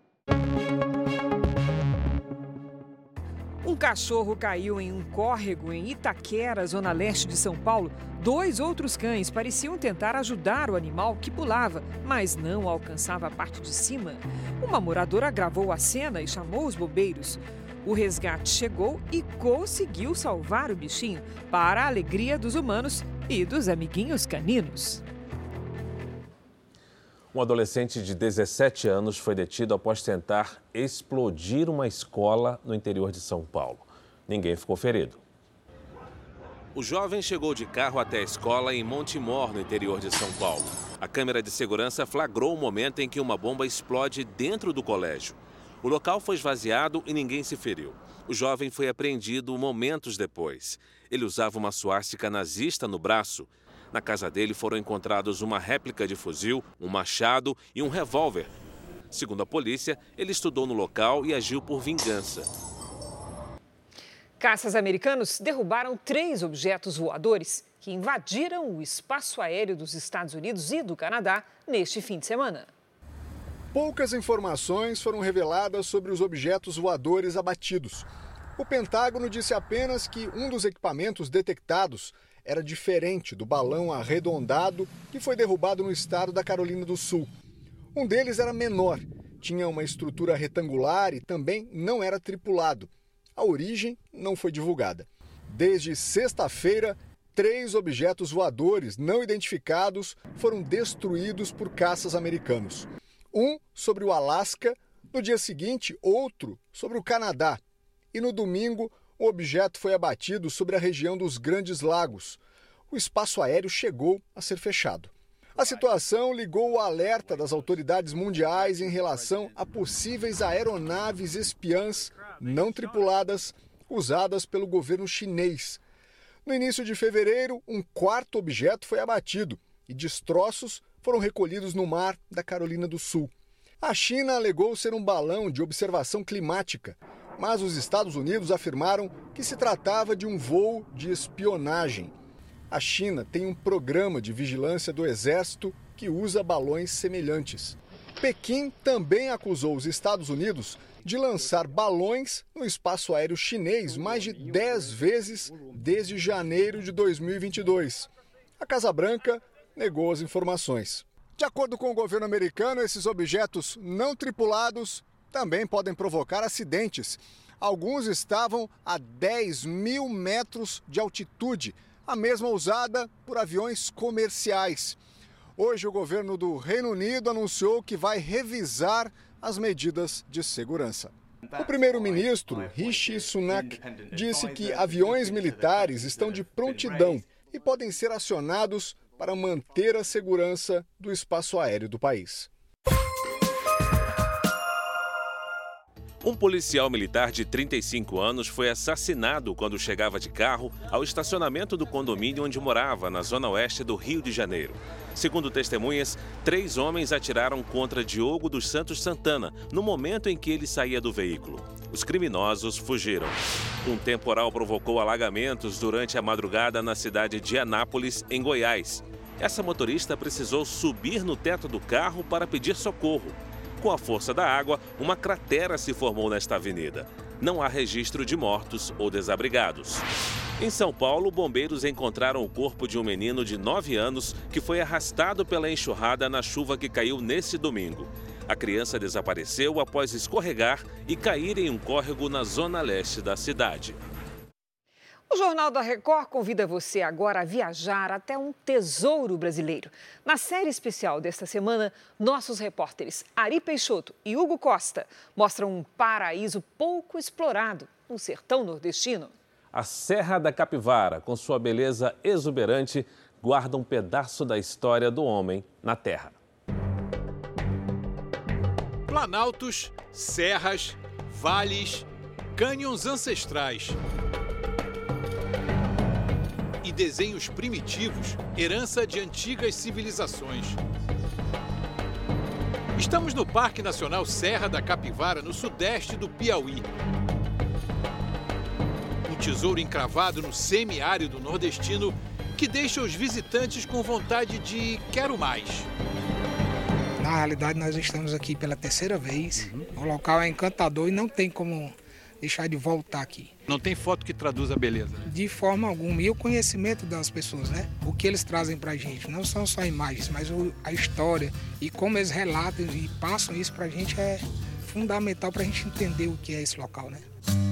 Um cachorro caiu em um córrego em Itaquera, zona leste de São Paulo. 2 outros cães pareciam tentar ajudar o animal que pulava, mas não alcançava a parte de cima. Uma moradora gravou a cena e chamou os bombeiros. O resgate chegou e conseguiu salvar o bichinho, para a alegria dos humanos e dos amiguinhos caninos. Um adolescente de 17 anos foi detido após tentar explodir uma escola no interior de São Paulo. Ninguém ficou ferido. O jovem chegou de carro até a escola em Montemor, no interior de São Paulo. A câmera de segurança flagrou o momento em que uma bomba explode dentro do colégio. O local foi esvaziado e ninguém se feriu. O jovem foi apreendido momentos depois. Ele usava uma suástica nazista no braço. Na casa dele foram encontrados uma réplica de fuzil, um machado e um revólver. Segundo a polícia, ele estudou no local e agiu por vingança. Caças americanos derrubaram 3 objetos voadores que invadiram o espaço aéreo dos Estados Unidos e do Canadá neste fim de semana. Poucas informações foram reveladas sobre os objetos voadores abatidos. O Pentágono disse apenas que um dos equipamentos detectados era diferente do balão arredondado que foi derrubado no estado da Carolina do Sul. Um deles era menor, tinha uma estrutura retangular e também não era tripulado. A origem não foi divulgada. Desde sexta-feira, 3 objetos voadores não identificados foram destruídos por caças americanos. Um sobre o Alasca, no dia seguinte, outro sobre o Canadá. E no domingo, o objeto foi abatido sobre a região dos Grandes Lagos. O espaço aéreo chegou a ser fechado. A situação ligou o alerta das autoridades mundiais em relação a possíveis aeronaves espiãs não tripuladas usadas pelo governo chinês. No início de fevereiro, um 4º objeto foi abatido e destroços foram recolhidos no mar da Carolina do Sul. A China alegou ser um balão de observação climática, mas os Estados Unidos afirmaram que se tratava de um voo de espionagem. A China tem um programa de vigilância do exército que usa balões semelhantes. Pequim também acusou os Estados Unidos de lançar balões no espaço aéreo chinês mais de 10 vezes desde janeiro de 2022. A Casa Branca negou as informações. De acordo com o governo americano, esses objetos não tripulados também podem provocar acidentes. Alguns estavam a 10.000 metros de altitude, a mesma usada por aviões comerciais. Hoje, o governo do Reino Unido anunciou que vai revisar as medidas de segurança. O primeiro-ministro, Rishi Sunak, disse que aviões militares estão de prontidão e podem ser acionados para manter a segurança do espaço aéreo do país. Um policial militar de 35 anos foi assassinado quando chegava de carro ao estacionamento do condomínio onde morava, na zona oeste do Rio de Janeiro. Segundo testemunhas, 3 homens atiraram contra Diogo dos Santos Santana no momento em que ele saía do veículo. Os criminosos fugiram. Um temporal provocou alagamentos durante a madrugada na cidade de Anápolis, em Goiás. Essa motorista precisou subir no teto do carro para pedir socorro. Com a força da água, uma cratera se formou nesta avenida. Não há registro de mortos ou desabrigados. Em São Paulo, bombeiros encontraram o corpo de um menino de 9 anos que foi arrastado pela enxurrada na chuva que caiu neste domingo. A criança desapareceu após escorregar e cair em um córrego na zona leste da cidade. O Jornal da Record convida você agora a viajar até um tesouro brasileiro. Na série especial desta semana, nossos repórteres Ari Peixoto e Hugo Costa mostram um paraíso pouco explorado no sertão nordestino. A Serra da Capivara, com sua beleza exuberante, guarda um pedaço da história do homem na terra. Planaltos, serras, vales, cânions ancestrais e desenhos primitivos, herança de antigas civilizações. Estamos no Parque Nacional Serra da Capivara, no sudeste do Piauí. Um tesouro encravado no semiárido nordestino que deixa os visitantes com vontade de quero mais. Na realidade, nós estamos aqui pela 3ª vez. O local é encantador e não tem como deixar de voltar aqui. Não tem foto que traduz a beleza, né? De forma alguma. E o conhecimento das pessoas, né? O que eles trazem pra gente. Não são só imagens, mas a história. E como eles relatam e passam isso pra gente é fundamental pra gente entender o que é esse local, né?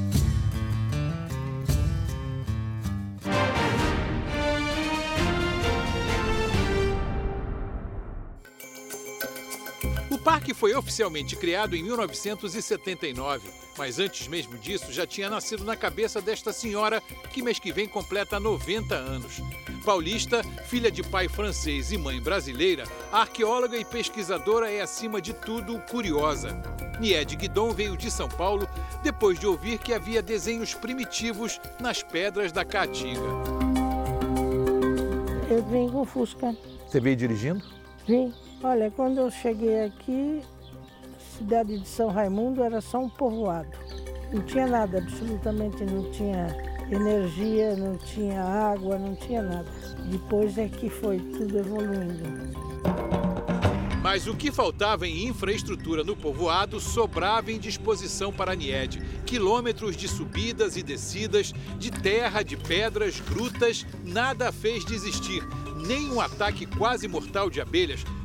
O parque foi oficialmente criado em 1979, mas antes mesmo disso já tinha nascido na cabeça desta senhora que mês que vem completa 90 anos. Paulista, filha de pai francês e mãe brasileira, a arqueóloga e pesquisadora é acima de tudo curiosa. Niede Guidon veio de São Paulo depois de ouvir que havia desenhos primitivos nas pedras da Caatinga. Eu vim com o Fusca. Você veio dirigindo? Vim. Olha, quando eu cheguei aqui, a cidade de São Raimundo era só um povoado. Não tinha nada, absolutamente não tinha energia, não tinha água, não tinha nada. Depois é que foi tudo evoluindo. Mas o que faltava em infraestrutura no povoado sobrava em disposição para a Niede. Quilômetros de subidas e descidas, de terra, de pedras, grutas, nada a fez desistir. Nem um ataque quase mortal de abelhas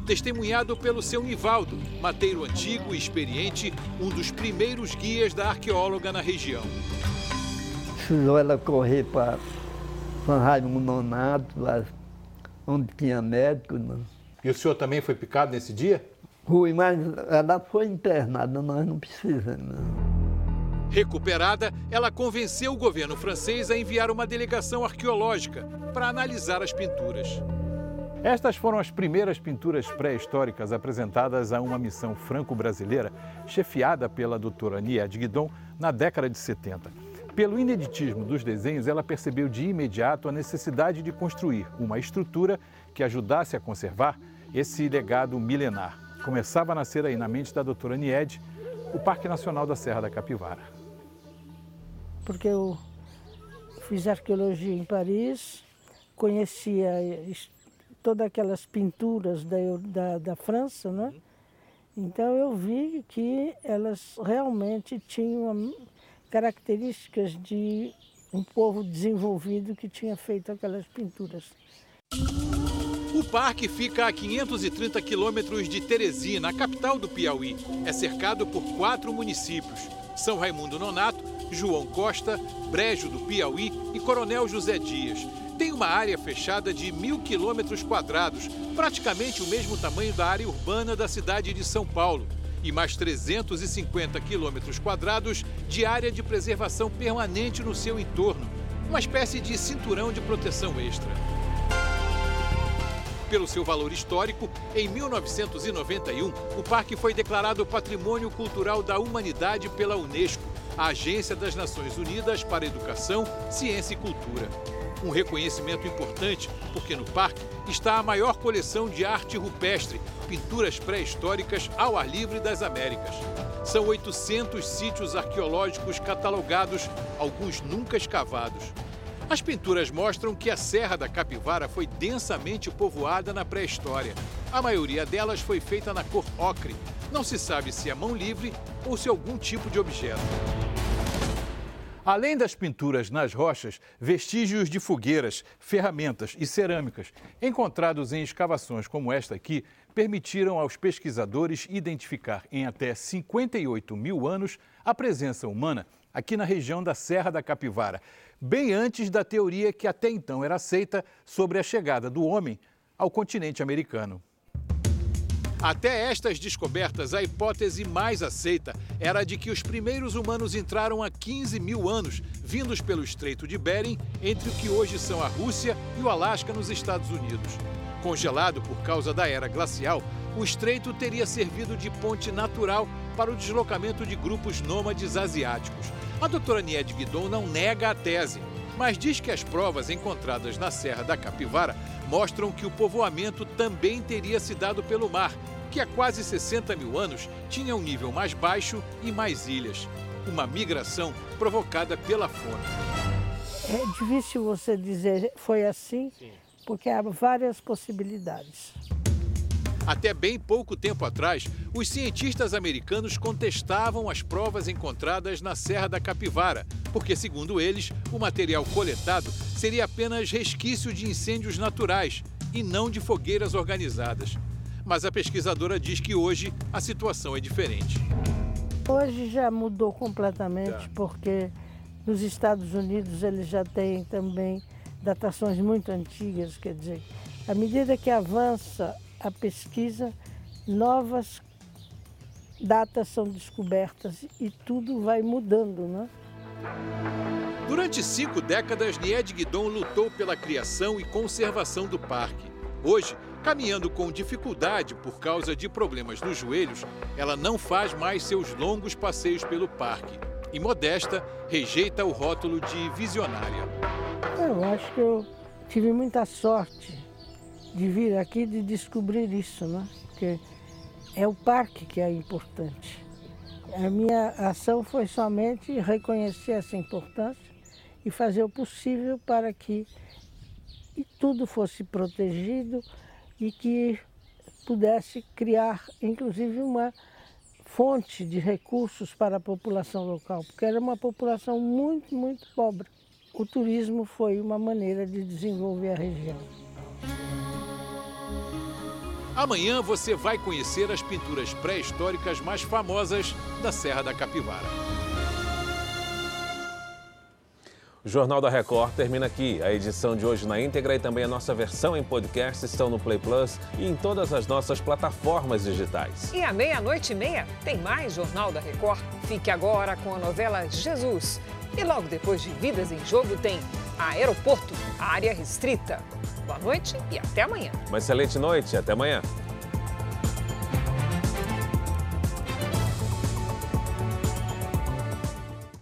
testemunhado pelo seu Nivaldo, mateiro antigo e experiente, um dos primeiros guias da arqueóloga na região. Precisou ela correr para São Raimundo Nonato, lá onde tinha médico. Não. E o senhor também foi picado nesse dia? Fui, mas ela foi internada, nós não precisamos. Recuperada, ela convenceu o governo francês a enviar uma delegação arqueológica para analisar as pinturas. Estas foram as primeiras pinturas pré-históricas apresentadas a uma missão franco-brasileira, chefiada pela doutora Nied Guidon, na década de 70. Pelo ineditismo dos desenhos, ela percebeu de imediato a necessidade de construir uma estrutura que ajudasse a conservar esse legado milenar. Começava a nascer aí na mente da doutora Nied o Parque Nacional da Serra da Capivara. Porque eu fiz arqueologia em Paris, conhecia todas aquelas pinturas da França, né? Então eu vi que elas realmente tinham características de um povo desenvolvido que tinha feito aquelas pinturas. O parque fica a 530 quilômetros de Teresina, a capital do Piauí. É cercado por 4 municípios: São Raimundo Nonato, João Costa, Brejo do Piauí e Coronel José Dias. Tem uma área fechada de 1.000 quilômetros quadrados, praticamente o mesmo tamanho da área urbana da cidade de São Paulo, e mais 350 quilômetros quadrados de área de preservação permanente no seu entorno, uma espécie de cinturão de proteção extra. Pelo seu valor histórico, em 1991, o parque foi declarado Patrimônio Cultural da Humanidade pela Unesco, a Agência das Nações Unidas para Educação, Ciência e Cultura. Um reconhecimento importante porque no parque está a maior coleção de arte rupestre, pinturas pré-históricas ao ar livre das Américas. São 800 sítios arqueológicos catalogados, alguns nunca escavados. As pinturas mostram que a Serra da Capivara foi densamente povoada na pré-história. A maioria delas foi feita na cor ocre. Não se sabe se é mão livre ou se é algum tipo de objeto. Além das pinturas nas rochas, vestígios de fogueiras, ferramentas e cerâmicas encontrados em escavações como esta aqui permitiram aos pesquisadores identificar em até 58 mil anos a presença humana aqui na região da Serra da Capivara, bem antes da teoria que até então era aceita sobre a chegada do homem ao continente americano. Até estas descobertas, a hipótese mais aceita era de que os primeiros humanos entraram há 15 mil anos, vindos pelo Estreito de Bering, entre o que hoje são a Rússia e o Alasca, nos Estados Unidos. Congelado por causa da era glacial, o estreito teria servido de ponte natural para o deslocamento de grupos nômades asiáticos. A doutora Nied Guidon não nega a tese, mas diz que as provas encontradas na Serra da Capivara mostram que o povoamento também teria se dado pelo mar, que há quase 60 mil anos tinha um nível mais baixo e mais ilhas. Uma migração provocada pela fome. É difícil você dizer foi assim, porque há várias possibilidades. Até bem pouco tempo atrás, os cientistas americanos contestavam as provas encontradas na Serra da Capivara, porque, segundo eles, o material coletado seria apenas resquício de incêndios naturais e não de fogueiras organizadas. Mas a pesquisadora diz que hoje a situação é diferente. Hoje já mudou completamente, porque nos Estados Unidos eles já têm também datações muito antigas, quer dizer, à medida que avança a pesquisa, novas datas são descobertas e tudo vai mudando, né? Durante 5 décadas, Nied Guidon lutou pela criação e conservação do parque. Hoje, caminhando com dificuldade por causa de problemas nos joelhos, ela não faz mais seus longos passeios pelo parque. E modesta, rejeita o rótulo de visionária. Eu acho que eu tive muita sorte de vir aqui e de descobrir isso, né? Porque é o parque que é importante. A minha ação foi somente reconhecer essa importância e fazer o possível para que tudo fosse protegido e que pudesse criar, inclusive, uma fonte de recursos para a população local, porque era uma população muito, muito pobre. O turismo foi uma maneira de desenvolver a região. Amanhã você vai conhecer as pinturas pré-históricas mais famosas da Serra da Capivara. O Jornal da Record termina aqui. A edição de hoje na íntegra e também a nossa versão em podcast estão no Play Plus e em todas as nossas plataformas digitais. E à 00:30 tem mais Jornal da Record. Fique agora com a novela Jesus. E logo depois de Vidas em Jogo tem Aeroporto, área restrita. Boa noite e até amanhã. Uma excelente noite e até amanhã.